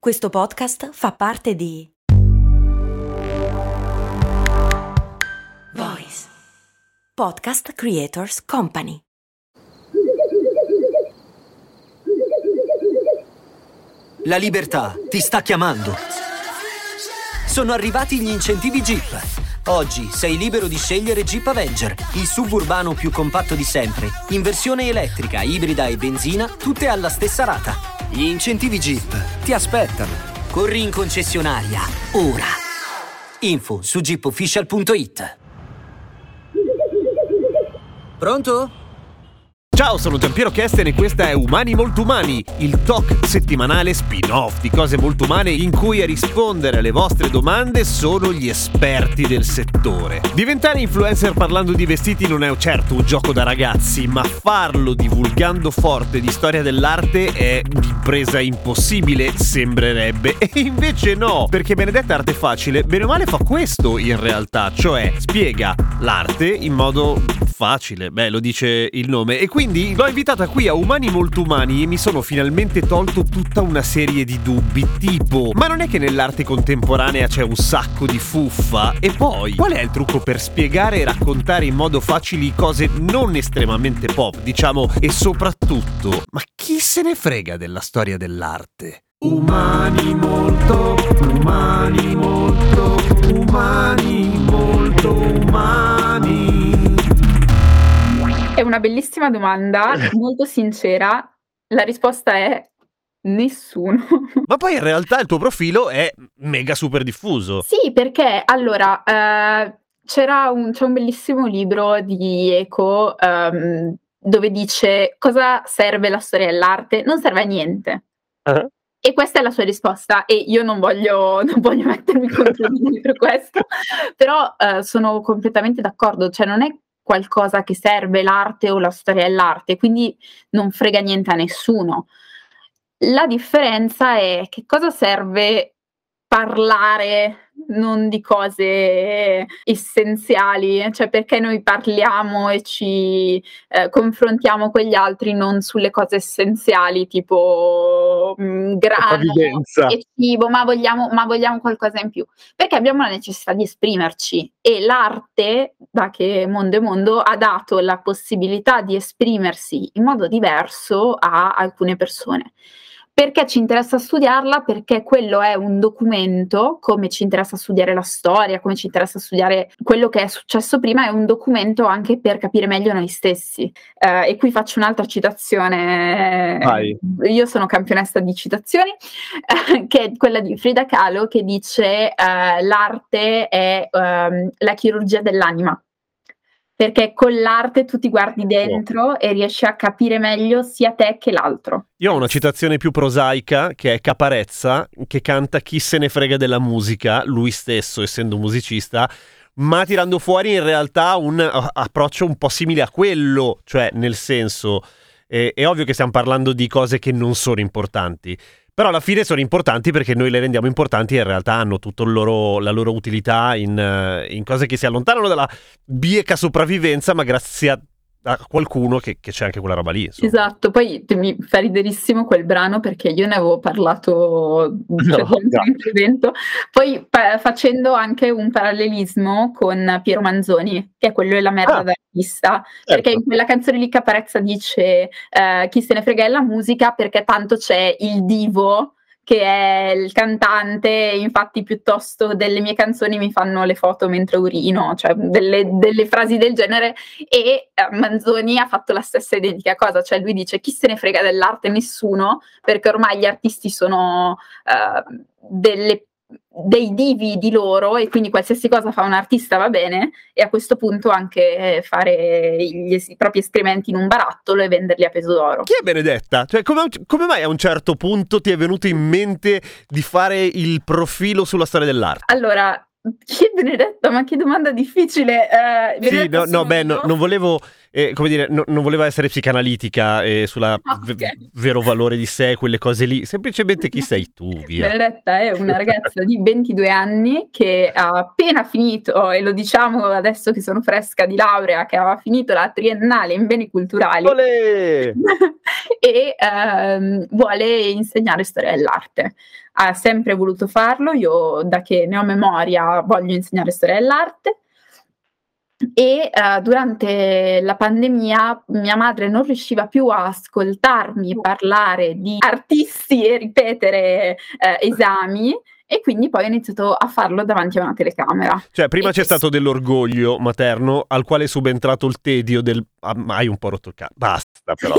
Questo podcast fa parte di Voice Podcast Creators Company. La libertà ti sta chiamando. Sono arrivati gli incentivi Jeep. Oggi sei libero di scegliere Jeep Avenger, il suburbano più compatto di sempre, in versione elettrica, ibrida e benzina, tutte alla stessa rata. Gli incentivi Jeep ti aspettano. Corri in concessionaria, ora. Info su jeepofficial.it. Pronto? Ciao, sono Giampiero Kesten e questa è Umani Molto Umani, il talk settimanale spin-off di cose molto umane in cui a rispondere alle vostre domande sono gli esperti del settore. Diventare influencer parlando di vestiti non è certo un gioco da ragazzi, ma farlo divulgando forte di storia dell'arte è un'impresa impossibile, sembrerebbe, e invece no, perché Benedetta Arte Facile bene o male fa questo in realtà, cioè spiega l'arte in modo facile, lo dice il nome, e quindi l'ho invitata qui a Umani Molto Umani e mi sono finalmente tolto tutta una serie di dubbi, tipo: ma non è che nell'arte contemporanea c'è un sacco di fuffa? E poi, qual è il trucco per spiegare e raccontare in modo facile cose non estremamente pop, diciamo, e soprattutto, ma chi se ne frega della storia dell'arte? Umani molto, umani molto, umani molto umani. È una bellissima domanda, molto sincera. La risposta è nessuno. Ma poi in realtà il tuo profilo è mega super diffuso. Sì, perché allora c'è un bellissimo libro di Eco dove dice: cosa serve la storia dell'arte? Non serve a niente. Uh-huh. E questa è la sua risposta, e io non voglio mettermi contro di lui per questo, però sono completamente d'accordo, cioè non è qualcosa che serve l'arte o la storia dell'arte, quindi non frega niente a nessuno. La differenza è che cosa serve parlare non di cose essenziali, cioè perché noi parliamo e ci confrontiamo con gli altri non sulle cose essenziali tipo grano e cibo, ma vogliamo qualcosa in più, perché abbiamo la necessità di esprimerci, e l'arte, da che mondo è mondo, ha dato la possibilità di esprimersi in modo diverso a alcune persone. Perché ci interessa studiarla? Perché quello è un documento, come ci interessa studiare la storia, come ci interessa studiare quello che è successo prima, è un documento anche per capire meglio noi stessi. E qui faccio un'altra citazione. Vai. Io sono campionessa di citazioni, che è quella di Frida Kahlo, che dice l'arte è la chirurgia dell'anima. Perché con l'arte tu ti guardi dentro e riesci a capire meglio sia te che l'altro. Io ho una citazione più prosaica, che è Caparezza, che canta "Chi se ne frega della musica", lui stesso essendo musicista, ma tirando fuori in realtà un approccio un po' simile a quello, cioè nel senso, è ovvio che stiamo parlando di cose che non sono importanti, però alla fine sono importanti perché noi le rendiamo importanti e in realtà hanno tutto la loro utilità in cose che si allontanano dalla bieca sopravvivenza, ma grazie a qualcuno che c'è anche quella roba lì, insomma. Esatto, poi mi fa riderissimo quel brano perché io ne avevo parlato intervento, poi facendo anche un parallelismo con Piero Manzoni, che è quello della merda d'artista, perché in quella canzone lì Caparezza dice chi se ne frega della musica perché tanto c'è il divo che è il cantante, infatti piuttosto delle mie canzoni mi fanno le foto mentre urino, cioè delle frasi del genere, e Manzoni ha fatto la stessa identica cosa, cioè lui dice chi se ne frega dell'arte? Nessuno, perché ormai gli artisti sono dei divi di loro, e quindi qualsiasi cosa fa un artista va bene, e a questo punto anche fare i propri escrementi in un barattolo e venderli a peso d'oro. Chi è Benedetta? Cioè, come mai a un certo punto ti è venuto in mente di fare il profilo sulla storia dell'arte? Allora, chi è Benedetta? Ma che domanda difficile. Sì, non volevo come dire, non voleva essere psicanalitica sulla vero valore di sé, quelle cose lì, semplicemente chi sei tu, via. Benedetta è una ragazza di 22 anni che ha appena finito, e lo diciamo adesso che sono fresca di laurea, che aveva finito la triennale in beni culturali e vuole insegnare storia dell'arte. Ha sempre voluto farlo, io da che ne ho memoria voglio insegnare storia dell'arte. E durante la pandemia mia madre non riusciva più a ascoltarmi parlare di artisti e ripetere esami, e quindi poi ho iniziato a farlo davanti a una telecamera. Cioè prima c'è stato dell'orgoglio materno al quale è subentrato il tedio del hai un po' rotto il cazzo, basta però.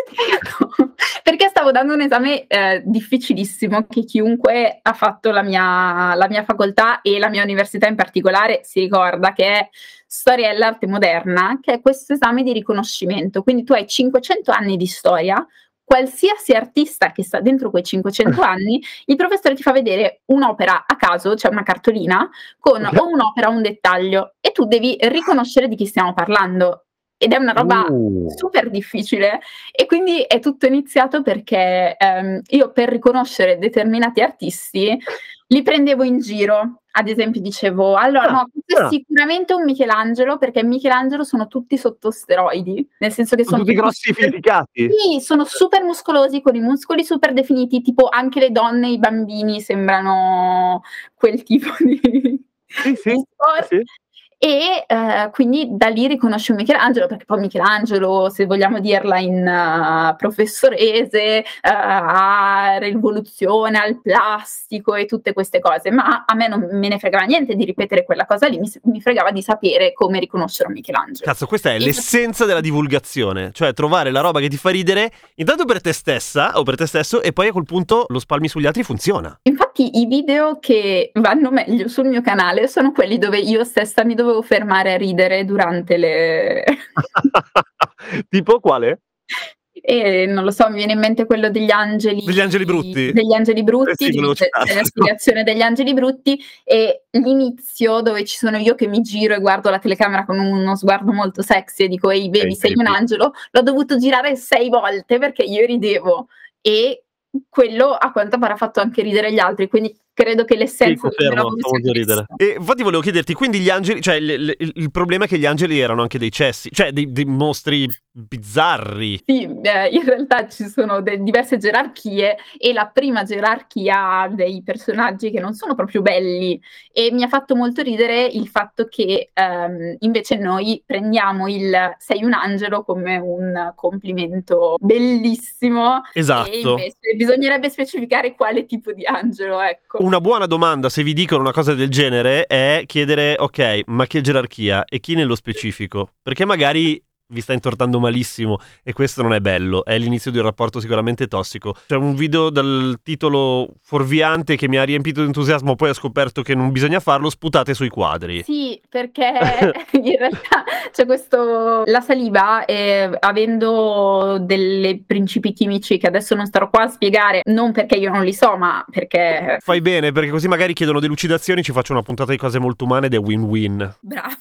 Perché stavo dando un esame difficilissimo che chiunque ha fatto la mia facoltà e la mia università in particolare si ricorda, che è Storia dell'arte moderna, che è questo esame di riconoscimento. Quindi tu hai 500 anni di storia, qualsiasi artista che sta dentro quei 500 anni, il professore ti fa vedere un'opera a caso, cioè una cartolina, con o un'opera o un dettaglio, e tu devi riconoscere di chi stiamo parlando. Ed è una roba super difficile, e quindi è tutto iniziato perché io per riconoscere determinati artisti li prendevo in giro. Ad esempio dicevo, allora no, questo è sicuramente un Michelangelo, perché Michelangelo sono tutti sotto steroidi, nel senso che sono tutti grossificati. Sì, sono super muscolosi, con i muscoli super definiti, tipo anche le donne e i bambini sembrano quel tipo di sport. Sì. E quindi da lì riconosci un Michelangelo, perché poi Michelangelo, se vogliamo dirla in professorese, ha rivoluzione al plastico e tutte queste cose, ma a me non me ne fregava niente di ripetere quella cosa lì, mi fregava di sapere come riconoscere un Michelangelo. Cazzo, questa è l'essenza della divulgazione, cioè trovare la roba che ti fa ridere intanto per te stessa o per te stesso, e poi a quel punto lo spalmi sugli altri, funziona. Infatti i video che vanno meglio sul mio canale sono quelli dove io stessa mi dovevo fermare a ridere durante le... Tipo quale? E non lo so, mi viene in mente quello degli angeli brutti, sì, della spiegazione degli angeli brutti, e l'inizio dove ci sono io che mi giro e guardo la telecamera con uno sguardo molto sexy e dico ehi baby, sei un angelo, l'ho dovuto girare 6 volte perché io ridevo, e quello a quanto pare ha fatto anche ridere gli altri, quindi credo che l'essenza ridere. E infatti volevo chiederti, quindi gli angeli, cioè il problema è che gli angeli erano anche dei cessi, cioè dei mostri bizzarri. Sì, in realtà ci sono diverse gerarchie, e la prima gerarchia ha dei personaggi che non sono proprio belli, e mi ha fatto molto ridere il fatto che invece noi prendiamo il sei un angelo come un complimento bellissimo. Esatto. E invece bisognerebbe specificare quale tipo di angelo, ecco. Una buona domanda, se vi dicono una cosa del genere, è chiedere, ok, ma che gerarchia e chi nello specifico? Perché magari vi sta intortando malissimo e questo non è bello, è l'inizio di un rapporto sicuramente tossico. C'è un video dal titolo fuorviante che mi ha riempito di entusiasmo, poi ho scoperto che non bisogna farlo, sputate sui quadri. Sì, perché in realtà c'è questo, la saliva, avendo dei principi chimici che adesso non starò qua a spiegare, non perché io non li so, ma perché... Fai bene, perché così magari chiedono delucidazioni, ci faccio una puntata di cose molto umane ed è win-win. Bravo.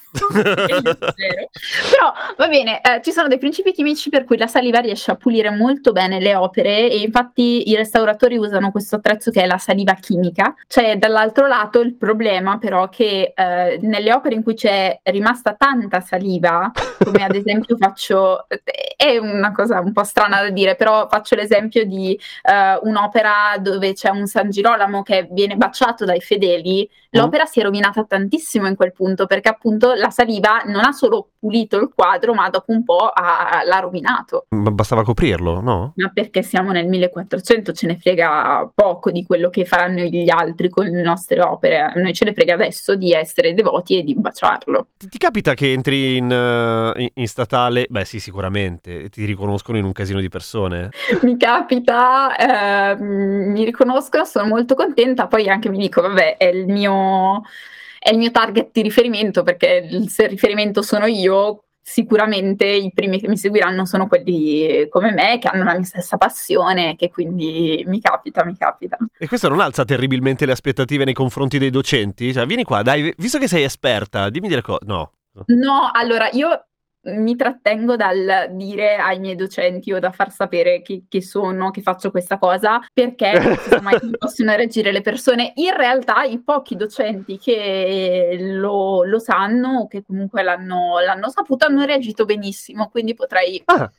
Però va bene, ci sono dei principi chimici per cui la saliva riesce a pulire molto bene le opere, e infatti i restauratori usano questo attrezzo che è la saliva chimica. C'è dall'altro lato il problema però che nelle opere in cui c'è rimasta tanta saliva, come ad esempio è una cosa un po' strana da dire, però faccio l'esempio di un'opera dove c'è un San Girolamo che viene baciato dai fedeli. L'opera si è rovinata tantissimo in quel punto, perché appunto la saliva non ha solo pulito il quadro, ma dopo un po' l'ha rovinato. Ma bastava coprirlo, no? Ma perché siamo nel 1400, ce ne frega poco di quello che faranno gli altri con le nostre opere. A noi ce ne frega adesso di essere devoti e di baciarlo. Ti capita che entri in statale? Beh sì, sicuramente. Ti riconoscono in un casino di persone? Mi capita, mi riconoscono, sono molto contenta, poi anche mi dico, vabbè, è il mio target di riferimento, perché se il riferimento sono io, sicuramente i primi che mi seguiranno sono quelli come me, che hanno la mia stessa passione, che quindi mi capita. E questo non alza terribilmente le aspettative nei confronti dei docenti? Cioè, vieni qua, dai, visto che sei esperta, dimmi delle cose. No, allora io mi trattengo dal dire ai miei docenti o da far sapere che faccio questa cosa, perché mai possono reagire le persone. In realtà i pochi docenti che lo sanno o che comunque l'hanno saputo hanno reagito benissimo, quindi potrei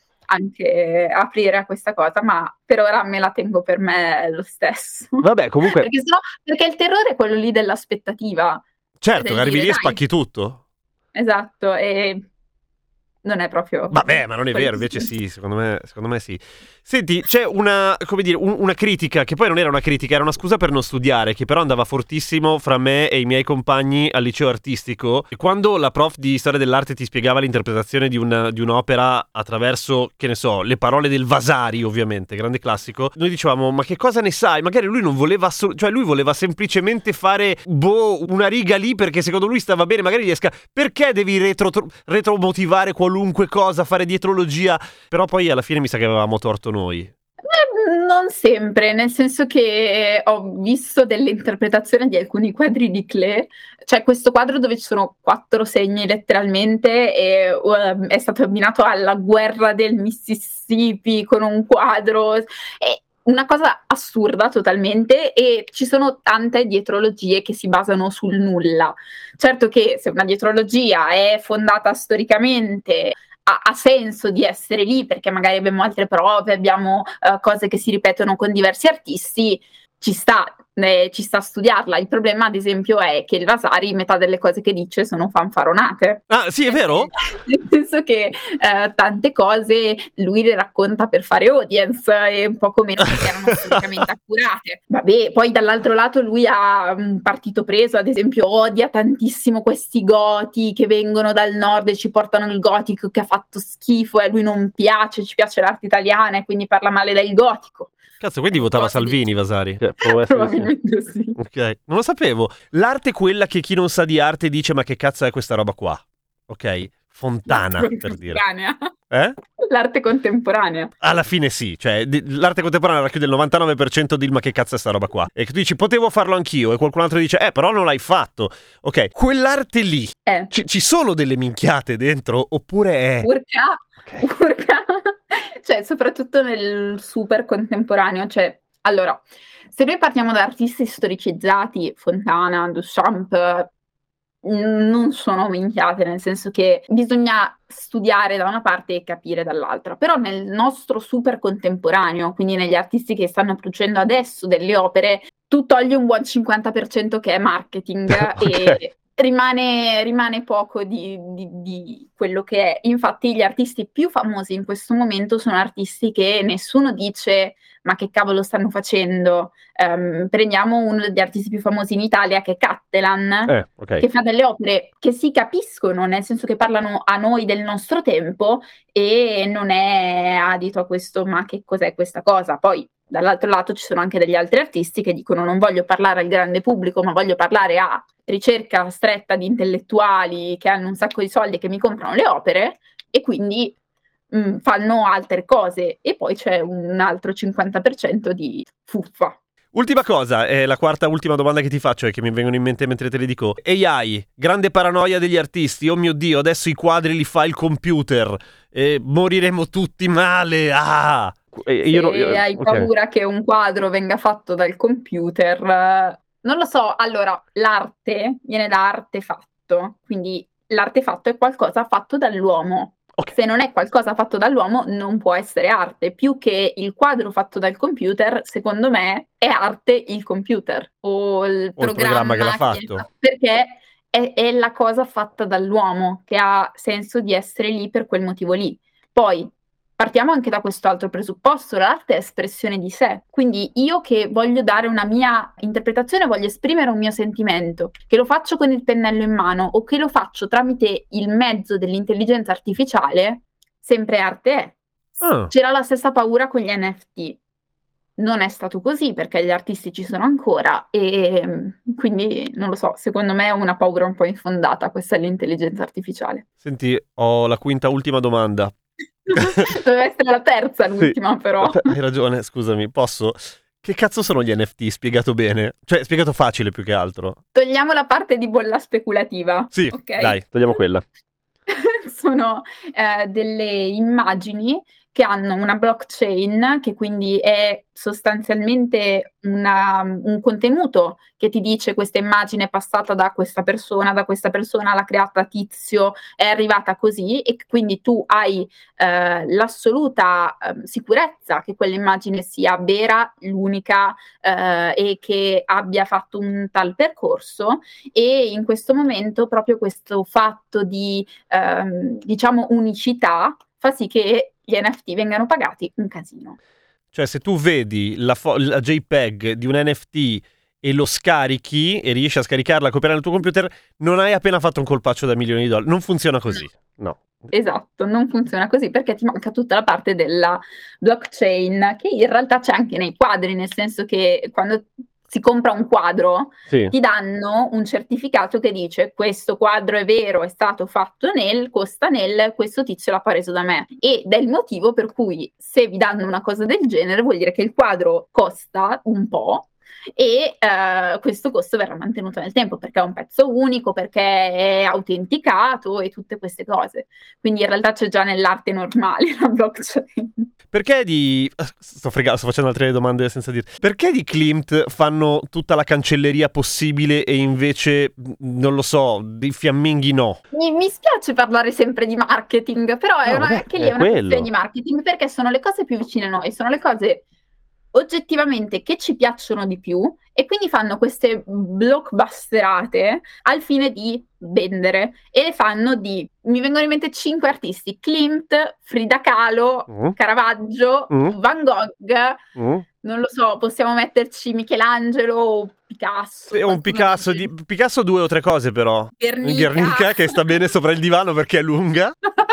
anche aprire a questa cosa, ma per ora me la tengo per me lo stesso. Vabbè, comunque perché il terrore è quello lì dell'aspettativa. Certo, arrivi lì e spacchi tutto. Esatto, e non è proprio... Vabbè, ma non è vero, invece sì, secondo me sì. Senti, c'è una critica, che poi non era una critica, era una scusa per non studiare, che però andava fortissimo fra me e i miei compagni al liceo artistico. E quando la prof di storia dell'arte ti spiegava l'interpretazione di un'opera attraverso, che ne so, le parole del Vasari, ovviamente, grande classico, noi dicevamo, ma che cosa ne sai? Magari lui non voleva, cioè lui voleva semplicemente fare, una riga lì perché secondo lui stava bene, magari riesca... Perché devi retromotivare qualunque cosa, fare dietrologia? Però poi alla fine mi sa che avevamo torto noi. Non sempre, nel senso che ho visto delle interpretazioni di alcuni quadri di Klee, cioè questo quadro dove ci sono 4 segni letteralmente e è stato abbinato alla guerra del Mississippi con un quadro, è una cosa assurda totalmente, e ci sono tante dietrologie che si basano sul nulla. Certo che se una dietrologia è fondata storicamente ha senso di essere lì, perché magari abbiamo altre prove, abbiamo cose che si ripetono con diversi artisti, ci sta a studiarla. Il problema, ad esempio, è che il Vasari, metà delle cose che dice sono fanfaronate. Ah, sì, è vero? Nel senso che tante cose lui le racconta per fare audience e un poco meno perché erano assolutamente accurate. Vabbè, poi dall'altro lato lui ha un partito preso, ad esempio odia tantissimo questi goti che vengono dal nord e ci portano il gotico che ha fatto schifo e a lui non piace, ci piace l'arte italiana e quindi parla male del gotico. Cazzo, quindi votava Salvini, Vasari? Probabilmente sì. Ok, non lo sapevo. L'arte è quella che chi non sa di arte dice ma che cazzo è questa roba qua? Ok? Fontana, per dire. L'arte contemporanea. Alla fine sì, cioè l'arte contemporanea racchiude il 99% di ma che cazzo è sta roba qua. E che tu dici potevo farlo anch'io e qualcun altro dice però non l'hai fatto. Ok, quell'arte lì, ci sono delle minchiate dentro oppure è... Urca. Cioè, soprattutto nel super contemporaneo, cioè, allora, se noi partiamo da artisti storicizzati, Fontana, Duchamp, non sono minchiate, nel senso che bisogna studiare da una parte e capire dall'altra, però nel nostro super contemporaneo, quindi negli artisti che stanno producendo adesso delle opere, tu togli un buon 50% che è marketing e rimane poco di quello che è. Infatti gli artisti più famosi in questo momento sono artisti che nessuno dice ma che cavolo stanno facendo. Prendiamo uno degli artisti più famosi in Italia che è Cattelan, che fa delle opere che si capiscono, nel senso che parlano a noi del nostro tempo e non è adito a questo ma che cos'è questa cosa. Poi dall'altro lato ci sono anche degli altri artisti che dicono non voglio parlare al grande pubblico ma voglio parlare a ricerca stretta di intellettuali che hanno un sacco di soldi e che mi comprano le opere, e quindi fanno altre cose, e poi c'è un altro 50% di fuffa. Ultima cosa, la quarta ultima domanda che ti faccio e che mi vengono in mente mentre te le dico. AI, grande paranoia degli artisti, oh mio Dio, adesso i quadri li fa il computer, moriremo tutti male, hai paura che un quadro venga fatto dal computer, non lo so. Allora, l'arte viene da artefatto, quindi l'artefatto è qualcosa fatto dall'uomo. Se non è qualcosa fatto dall'uomo non può essere arte. Più che il quadro fatto dal computer, secondo me è arte il computer o il programma che l'ha fatto, perché è la cosa fatta dall'uomo che ha senso di essere lì per quel motivo lì. Poi partiamo anche da questo altro presupposto: l'arte è espressione di sé, quindi io che voglio dare una mia interpretazione, voglio esprimere un mio sentimento, che lo faccio con il pennello in mano o che lo faccio tramite il mezzo dell'intelligenza artificiale, sempre arte è. C'era la stessa paura con gli NFT, non è stato così perché gli artisti ci sono ancora, e quindi non lo so, secondo me è una paura un po' infondata questa dell'intelligenza artificiale. Senti, ho la quinta ultima domanda. Deve essere la terza, l'ultima, sì, però. Hai ragione, scusami, posso? Che cazzo sono gli NFT? Spiegato bene? Cioè, spiegato facile più che altro. Togliamo la parte di bolla speculativa. Sì, okay. Dai, togliamo quella. sono delle immagini che hanno una blockchain, che quindi è sostanzialmente un contenuto che ti dice questa immagine è passata da questa persona l'ha creata Tizio, è arrivata così, e quindi tu hai l'assoluta sicurezza che quell'immagine sia vera, l'unica, e che abbia fatto un tal percorso. E in questo momento proprio questo fatto di diciamo unicità fa sì che gli NFT vengano pagati un casino. Cioè, se tu vedi la JPEG di un NFT e lo scarichi e riesci a scaricarla, a copiare nel tuo computer, non hai appena fatto un colpaccio da milioni di dollari. Non funziona così. No. Esatto, non funziona così perché ti manca tutta la parte della blockchain, che in realtà c'è anche nei quadri, nel senso che quando si compra un quadro, Sì. ti danno un certificato che dice questo quadro è vero, è stato fatto costa questo tizio l'ha preso da me, ed è il motivo per cui se vi danno una cosa del genere vuol dire che il quadro costa un po', e questo costo verrà mantenuto nel tempo perché è un pezzo unico, perché è autenticato e tutte queste cose. Quindi in realtà c'è già nell'arte normale la blockchain. Perché sto facendo altre domande senza dire. Perché di Klimt fanno tutta la cancelleria possibile e invece, non lo so, dei fiamminghi no? Mi spiace parlare sempre di marketing, però anche lì è una questione di marketing, perché sono le cose più vicine a noi, sono le cose oggettivamente che ci piacciono di più, e quindi fanno queste blockbusterate al fine di vendere, e le fanno mi vengono in mente 5 artisti: Klimt, Frida Kahlo, Caravaggio, Van Gogh, non lo so, possiamo metterci Michelangelo o Picasso. Un Picasso, Picasso 2 o 3 cose però. Guernica che sta bene sopra il divano perché è lunga.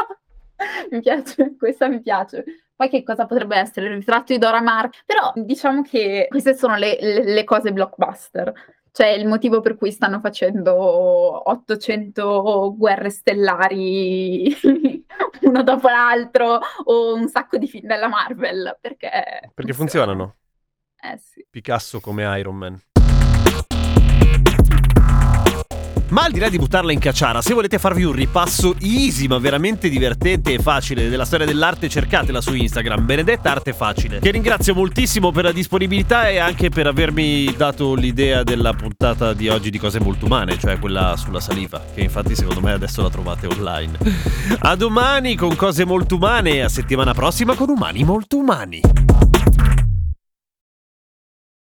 Mi piace, questa mi piace. Poi che cosa potrebbe essere? Il ritratto di Dora Maar. Però diciamo che queste sono le cose blockbuster. Cioè il motivo per cui stanno facendo 800 guerre stellari uno dopo l'altro, o un sacco di film della Marvel. Perché funzionano. Sì. Picasso come Iron Man. Ma al di là di buttarla in cacciara, se volete farvi un ripasso easy ma veramente divertente e facile della storia dell'arte, cercatela su Instagram, Benedetta Arte Facile, che ringrazio moltissimo per la disponibilità e anche per avermi dato l'idea della puntata di oggi di Cose Molto Umane, cioè quella sulla saliva, che infatti secondo me adesso la trovate online. A domani con Cose Molto Umane e a settimana prossima con Umani Molto Umani.